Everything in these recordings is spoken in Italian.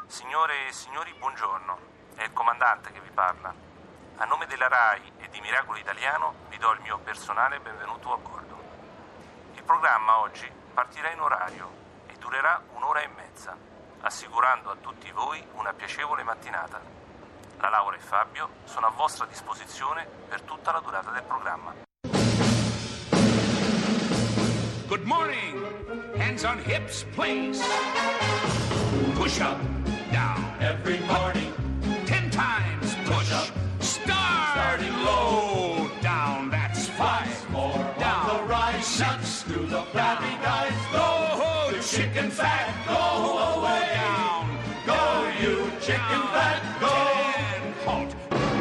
Signore e signori, buongiorno. È il comandante che vi parla. A nome della RAI e di Miracolo Italiano vi do il mio personale benvenuto a bordo. Il programma oggi partirà in orario e durerà 1 ora e mezza, assicurando a tutti voi una piacevole mattinata. La Laura e Fabio sono a vostra disposizione per tutta la durata del programma. Good morning. Hands on hips, please. Push up, down. Every morning. 10 times push up. Starting low, down. That's 5 more. Down. On the rise, 6 through the flabby guys. Go, the chicken fat. Go away. Down. Go, you chicken fat. Go. 10. Halt.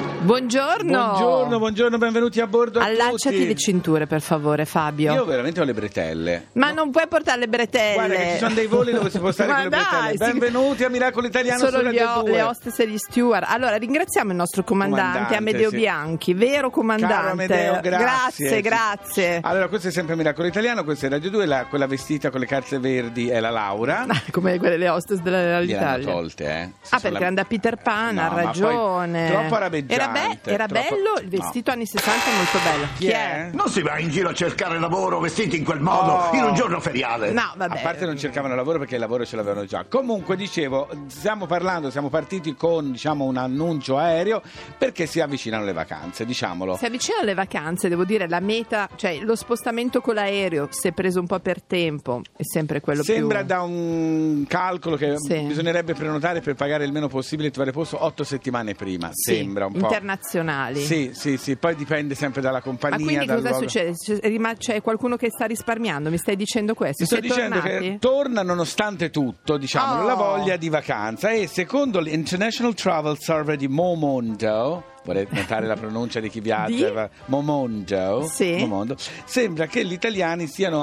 Buongiorno, benvenuti a bordo a Allacciati tutti. le cinture, per favore, Fabio. Io veramente ho le bretelle. Ma non puoi portare le bretelle. Guarda che ci sono dei voli dove si può stare con le bretelle. Benvenuti a Miracolo Italiano su Solo Radio 2. le hostess e gli steward. Allora, ringraziamo il nostro comandante Amedeo sì. Bianchi, vero comandante. Caro Amedeo, grazie. Grazie. Allora, questo è sempre Miracolo Italiano, questa è Radio 2, quella vestita con le calze verdi è la Laura. Come quelle le hostess dell'Italia. Le hanno tolte, Perché era da Peter Pan, No, ha ma ragione. poi troppo arabeggiante. Era bello, il vestito anni 60 è molto bello. Chi è? Non si va in giro a cercare lavoro vestiti in quel modo in un giorno feriale. No, vabbè. A parte non cercavano lavoro perché il lavoro ce l'avevano già. Comunque dicevo, siamo partiti con un annuncio aereo perché si avvicinano le vacanze, diciamolo. Si avvicinano le vacanze, devo dire, la meta, cioè lo spostamento con l'aereo, se preso un po' per tempo, è sempre quello Sembra più... da un calcolo che Sì. bisognerebbe prenotare per pagare il meno possibile e trovare posto 8 settimane prima. Sì, Sembra un po'. internazionali. Sì, poi dipende sempre dalla Ma compagnia. quindi dal cosa luogo. succede? C'è qualcuno che sta risparmiando? Mi stai dicendo questo? Ti sto Siete dicendo tornati? che torna nonostante tutto, diciamolo, la voglia di vacanza, e secondo l'International Travel Survey di Momondo, vorrei notare la pronuncia di chi viaggia, Momondo, Sì. Momondo, sembra che gli italiani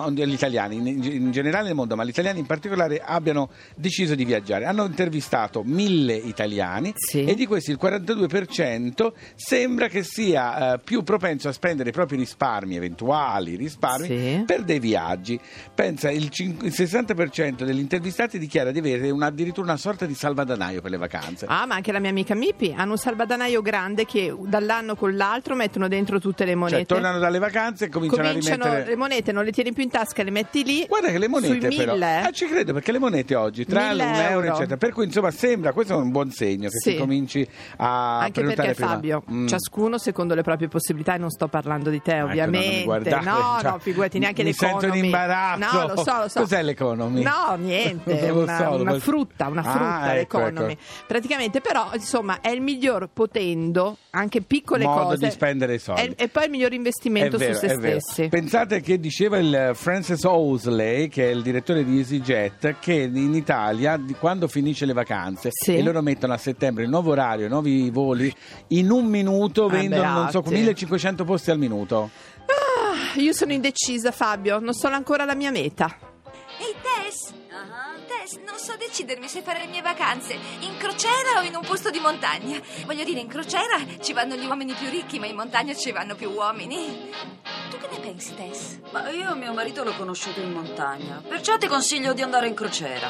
in generale nel mondo, ma gli italiani in particolare, abbiano deciso di viaggiare. Hanno intervistato 1000 italiani, Sì. e di questi il 42% sembra che sia più propenso a spendere i propri eventuali risparmi, Sì. per dei viaggi. Pensa, il 60% degli intervistati dichiara di avere addirittura una sorta di salvadanaio per le vacanze. Ah, ma anche la mia amica Mipi hanno un salvadanaio grande che dall'anno con l'altro mettono dentro tutte le monete. Cioè, tornano dalle vacanze e cominciano a rimettere le monete, non le tieni più in tasca, le metti lì. Guarda che le monete sui 1000, però ci credo, perché le monete oggi tra 1000 l'1 euro euro. eccetera, per cui insomma sembra, questo è un buon segno che Sì. si cominci a Anche prenotare perché prima. Fabio, ciascuno secondo le proprie possibilità, e non sto parlando di te ovviamente. Non mi guardare, no, figurati, neanche mi l'economy. sento in imbarazzo. No, lo so. Cos'è l'economy? No, niente, Non lo so, una frutta ecco. l'economy. Praticamente, però, insomma, è il miglior, potendo anche piccole modo cose di spendere i soldi. e poi il miglior investimento È vero, su se è vero. stessi. Pensate che diceva il Francis Owsley, che è il direttore di EasyJet, che in Italia, quando finisce le vacanze, Sì. e loro mettono a settembre il nuovo orario, i nuovi voli, in un minuto vendono, non so, beati. 1500 posti al minuto. Io sono indecisa, Fabio, non so ancora la mia meta. Ehi Tess! Tess, non so decidermi se fare le mie vacanze in crociera o in un posto di montagna. Voglio dire, in crociera ci vanno gli uomini più ricchi, ma in montagna ci vanno più uomini. Tu che ne pensi, Tess? Ma io mio marito l'ho conosciuto in montagna, perciò ti consiglio di andare in crociera.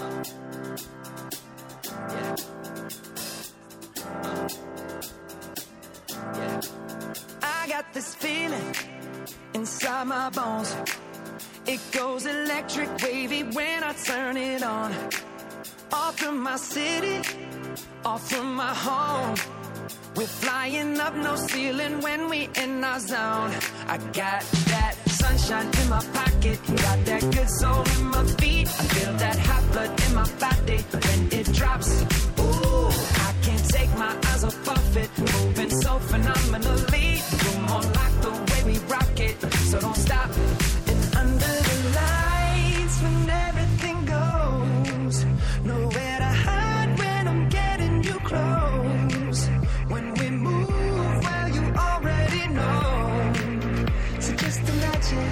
I got this feeling inside my bones. It goes electric wavy when I turn it on. Off from my city, off from my home. We're flying up, no ceiling when we in our zone. I got that sunshine in my pocket, got that good soul in my feet. I feel that hot blood in my body when it drops. Ooh, I can't take my eyes off of it, moving so phenomenally. You're more like the way we rock it, so don't stop. And under the lights, when everything goes, nowhere to hide when I'm getting you close. When we move, well, you already know. So just imagine.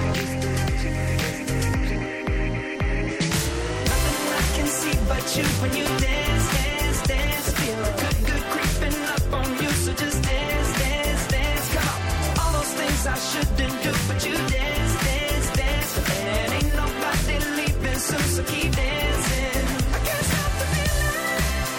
Nothing I can see but you when you dance, dance, dance. Feel good creeping up on you. So just dance, dance, dance. Come on. All those things I shouldn't do, but you dance, dance, dance. And ain't nobody leaving soon, so keep dancing. I can't stop the feeling.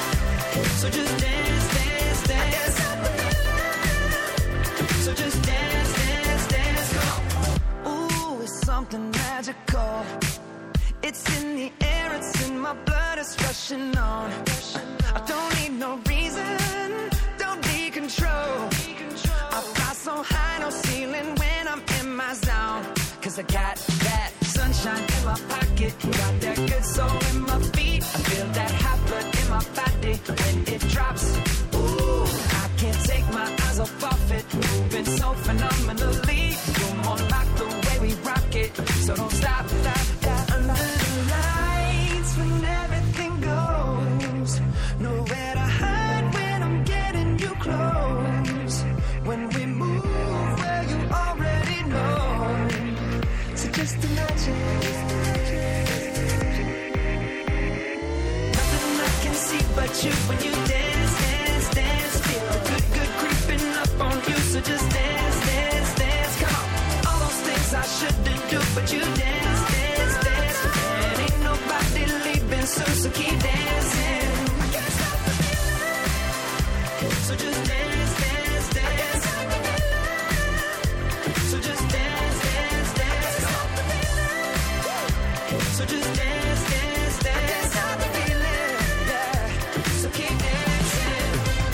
heart is rushing on. I don't need no reason, don't need control. I fly so high, no ceiling when I'm in my zone. 'Cause I got that sunshine in my pocket, got that good soul in my feet. I feel that hot blood in my body when it drops. Ooh, I can't take my eyes off it. Moving so phenomenally. You're more like the way we rock it. So don't stop, stop, stop. Under the lights when everything goes. Nowhere to hide when I'm getting you close. When we move, well, you already know. So just imagine. Nothing I can see but you when you dance, dance, dance. Feel the good, good creeping up on you. So just dance, dance, dance. Come on. All those things I shouldn't do, but you dance, dance, dance. And ain't nobody leaving soon, so keep dancing. I can't stop the feeling. So just dance, dance, dance. So just dance, dance, dance. So just dance, dance, dance. I can't stop the feeling. Yeah. So keep dancing.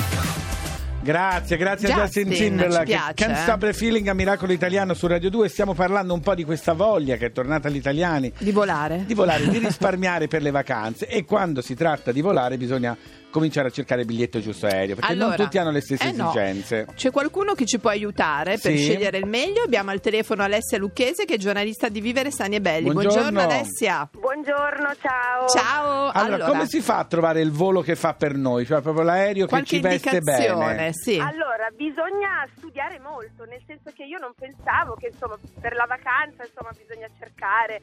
Grazie a Justin Timberlake. Ci piace, Can't Stop the Feeling a Miracolo Italiano su Radio 2. Stiamo parlando un po' di questa voglia che è tornata agli italiani Di volare. di risparmiare per le vacanze, e quando si tratta di volare bisogna cominciare a cercare il biglietto giusto aereo, perché non tutti hanno le stesse esigenze. No. C'è qualcuno che ci può aiutare per scegliere il meglio. Abbiamo al telefono Alessia Lucchese, che è giornalista di Vivere Sani e Belli. Buongiorno Alessia. Buongiorno, ciao. Ciao. Allora, come si fa a trovare il volo che fa per noi? Cioè proprio l'aereo che ci veste bene? Sì. Allora, bisogna studiare molto, nel senso che io non pensavo che insomma per la vacanza bisogna cercare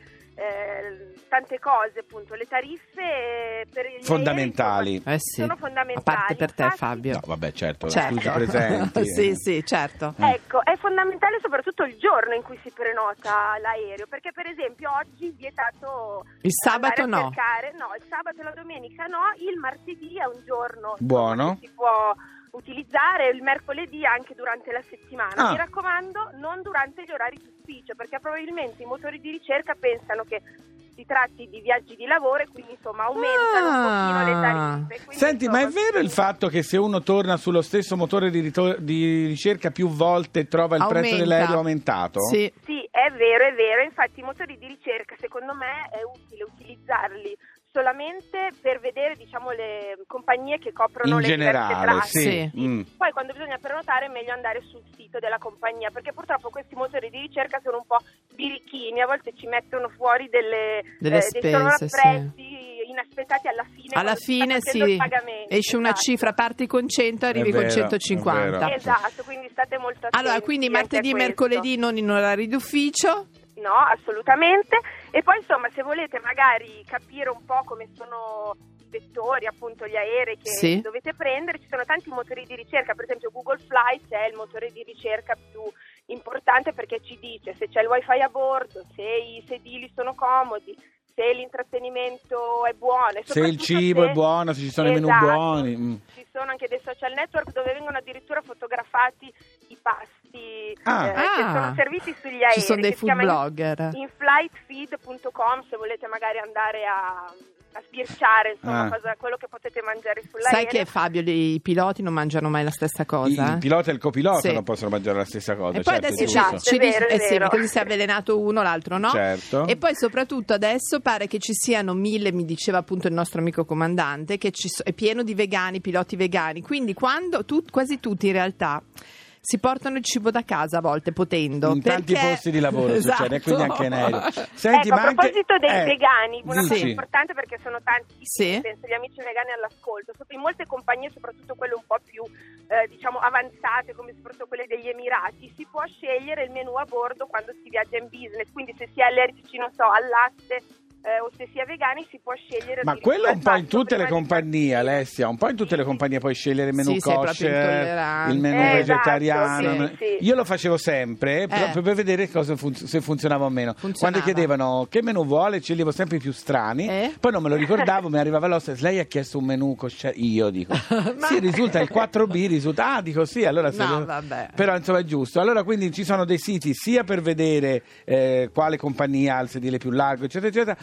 tante cose, appunto. Le tariffe per gli fondamentali. Aerei, sono fondamentali. A parte per te, Fabio. No, vabbè, certo. Studi presenti. sì, certo. Ecco, è fondamentale soprattutto il giorno in cui si prenota l'aereo, perché per esempio oggi è vietato il sabato il sabato e la domenica no, il martedì è un giorno buono che si può utilizzare, il mercoledì anche durante la settimana. Mi raccomando, non durante gli orari d'ufficio, perché probabilmente i motori di ricerca pensano che si tratti di viaggi di lavoro e quindi insomma aumentano un pochino le tariffe. Quindi, senti, ma è vero il fatto che se uno torna sullo stesso motore di ricerca più volte trova il prezzo dell'aereo aumentato? Sì, è vero. Infatti i motori di ricerca secondo me è utile utilizzarli solamente per vedere, diciamo, le compagnie che coprono in le generale, diverse sì. Poi quando bisogna prenotare è meglio andare sul sito della compagnia, perché purtroppo questi motori di ricerca sono un po' birichini, a volte ci mettono fuori delle spese, prezzi inaspettati alla fine sì, pagamento, esce una cifra, parti con 100 arrivi con 150. Esatto, quindi state molto attenti. Allora, quindi martedì e mercoledì non in orari d'ufficio? No, assolutamente. E poi insomma, se volete magari capire un po' come sono i vettori, appunto gli aerei che dovete prendere, ci sono tanti motori di ricerca, per esempio Google Flights è il motore di ricerca più importante, perché ci dice se c'è il wifi a bordo, se i sedili sono comodi, se l'intrattenimento è buono, e se il cibo è buono, se ci sono i menù buoni. Ci sono anche dei social network dove vengono addirittura fotografati i pasti che sono serviti sugli aerei. Ci sono dei food blogger. Inflightfeed.com, se volete magari andare a sbirciare quello che potete mangiare sull'aereo. Sai che, Fabio, i piloti non mangiano mai la stessa cosa? Il pilota e il copilota non possono mangiare la stessa cosa. E poi adesso ci dice così si è avvelenato uno, l'altro no. Certo. E poi soprattutto adesso pare che ci siano 1000, mi diceva appunto il nostro amico comandante, che è pieno di vegani, piloti vegani, quindi quando quasi tutti in realtà si portano il cibo da casa a volte, potendo in tanti posti di lavoro succede, quindi anche in aereo. Senti, a proposito dei vegani, una cosa dici. importante, perché sono tantissimi, penso gli amici vegani all'ascolto, in molte compagnie, soprattutto quelle un po' più diciamo avanzate, come soprattutto quelle degli Emirati, si può scegliere il menù a bordo quando si viaggia in business, quindi se si è allergici, non so, al latte o se si è vegani si può scegliere. Ma quello è un po' in tutte le compagnie, Alessia, un po' in tutte le compagnie puoi scegliere il menù kosher, il menù vegetariano. Sì. Io lo facevo sempre proprio per vedere se funzionava o meno. Quando chiedevano che menù vuole, sceglievo sempre i più strani, poi non me lo ricordavo, mi arrivava l'hostess, lei ha chiesto un menù kosher, io dico sì, risulta il 4B, risulta dico sì, allora però insomma è giusto. Allora quindi ci sono dei siti sia per vedere quale compagnia ha il sedile più largo, eccetera eccetera,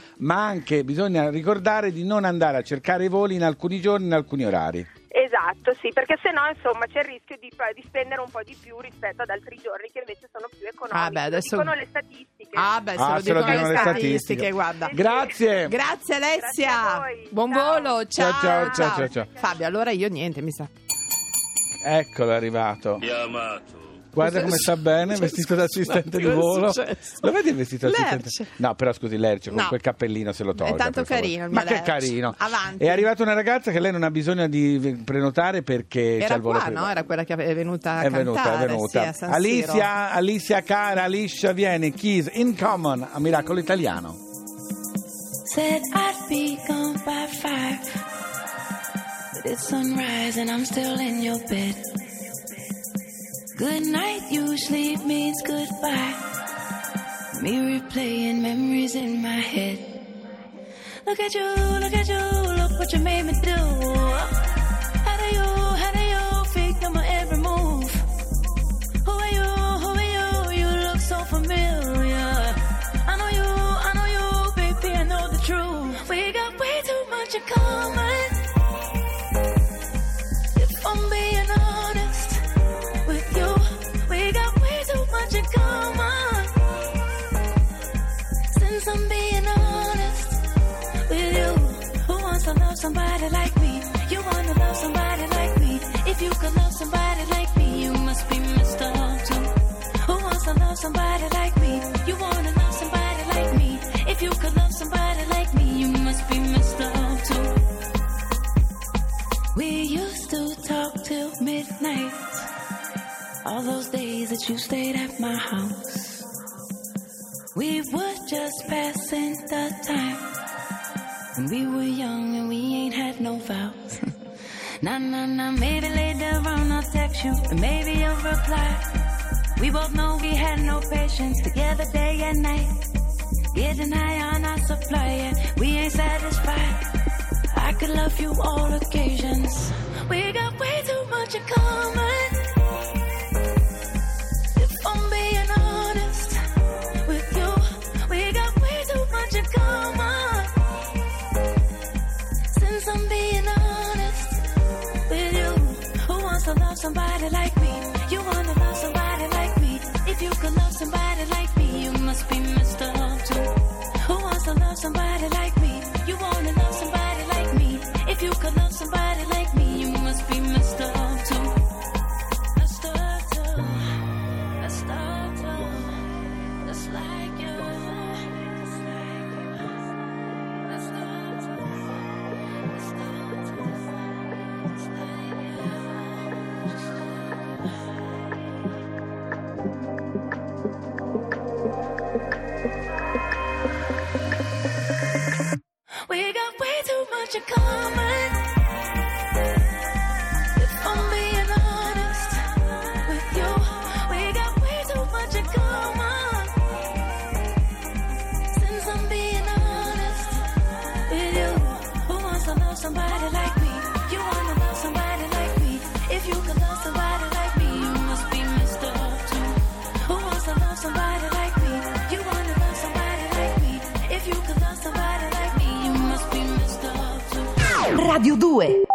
ma anche bisogna ricordare di non andare a cercare i voli in alcuni giorni, in alcuni orari. Esatto, sì, perché sennò insomma c'è il rischio di spendere un po' di più rispetto ad altri giorni che invece sono più economici. Adesso... Lo dicono le statistiche. Se lo dicono le statistiche, guarda. Grazie. Grazie Alessia. Grazie a voi. Buon volo, ciao. Fabio, allora io niente, mi sa. Eccolo, è arrivato. Chiamato. Guarda come sta bene, vestito da assistente di volo. Lo vedi il vestito da assistente? No, però scusi, Lerce, con quel cappellino se lo tolga. È tanto carino il mio Ma che carino. Avanti. È arrivata una ragazza che lei non ha bisogno di prenotare perché c'è il volo prima. No? Era quella che è venuta a è cantare. È venuta. Sì, a Alicia cara, Alicia vieni, Keys, In Common, a Miracolo Italiano. Said I'd be gone by 5, but it's sunrise and I'm still in your bed. Good night usually means goodbye. Me replaying memories in my head. Look at you, look what you made me do. How do you figure my every move? Who are you, you look so familiar. I know you, baby, I know the truth. We got way too much in common. If I'm being honest with you, we got way too much in common. Since I'm being honest with you, who wants to love somebody like me? You wanna love somebody like me? If you could love somebody like me, you must be messed up too. Who wants to love somebody like me? You wanna love somebody like me? If you could love somebody like me, you must be messed up too. We used to talk till midnight, all those days that you stayed at my house. We were just passing the time when we were young and we ain't had no vows. Nah, maybe later on I'll text you and maybe you'll reply. We both know we had no patience together day and night, getting high on our supply and we ain't satisfied. I could love you all occasions. We got way too much in common. If I'm being honest with you, we got way too much in common. Since I'm being honest with you, who wants to love somebody like me? You wanna love somebody like me? If you could love somebody like me, you must be messed up too. Who wants to love somebody like me? You wanna love somebody like me? If you could love somebody like me, you must be messed up too. Messed up too. Messed up too. Just like you. Just like you. Messed up too. Messed up too. Just like you. We got way too much in common. If I'm being honest with you, we got way too much in common. Since I'm being honest with you, who wants to love somebody like me? You wanna love somebody like me? If you could love somebody like me, you must be messed up too. Who wants to love somebody like me? You wanna love somebody like me? If you could love somebody like me, you must be messed up too. Radio 2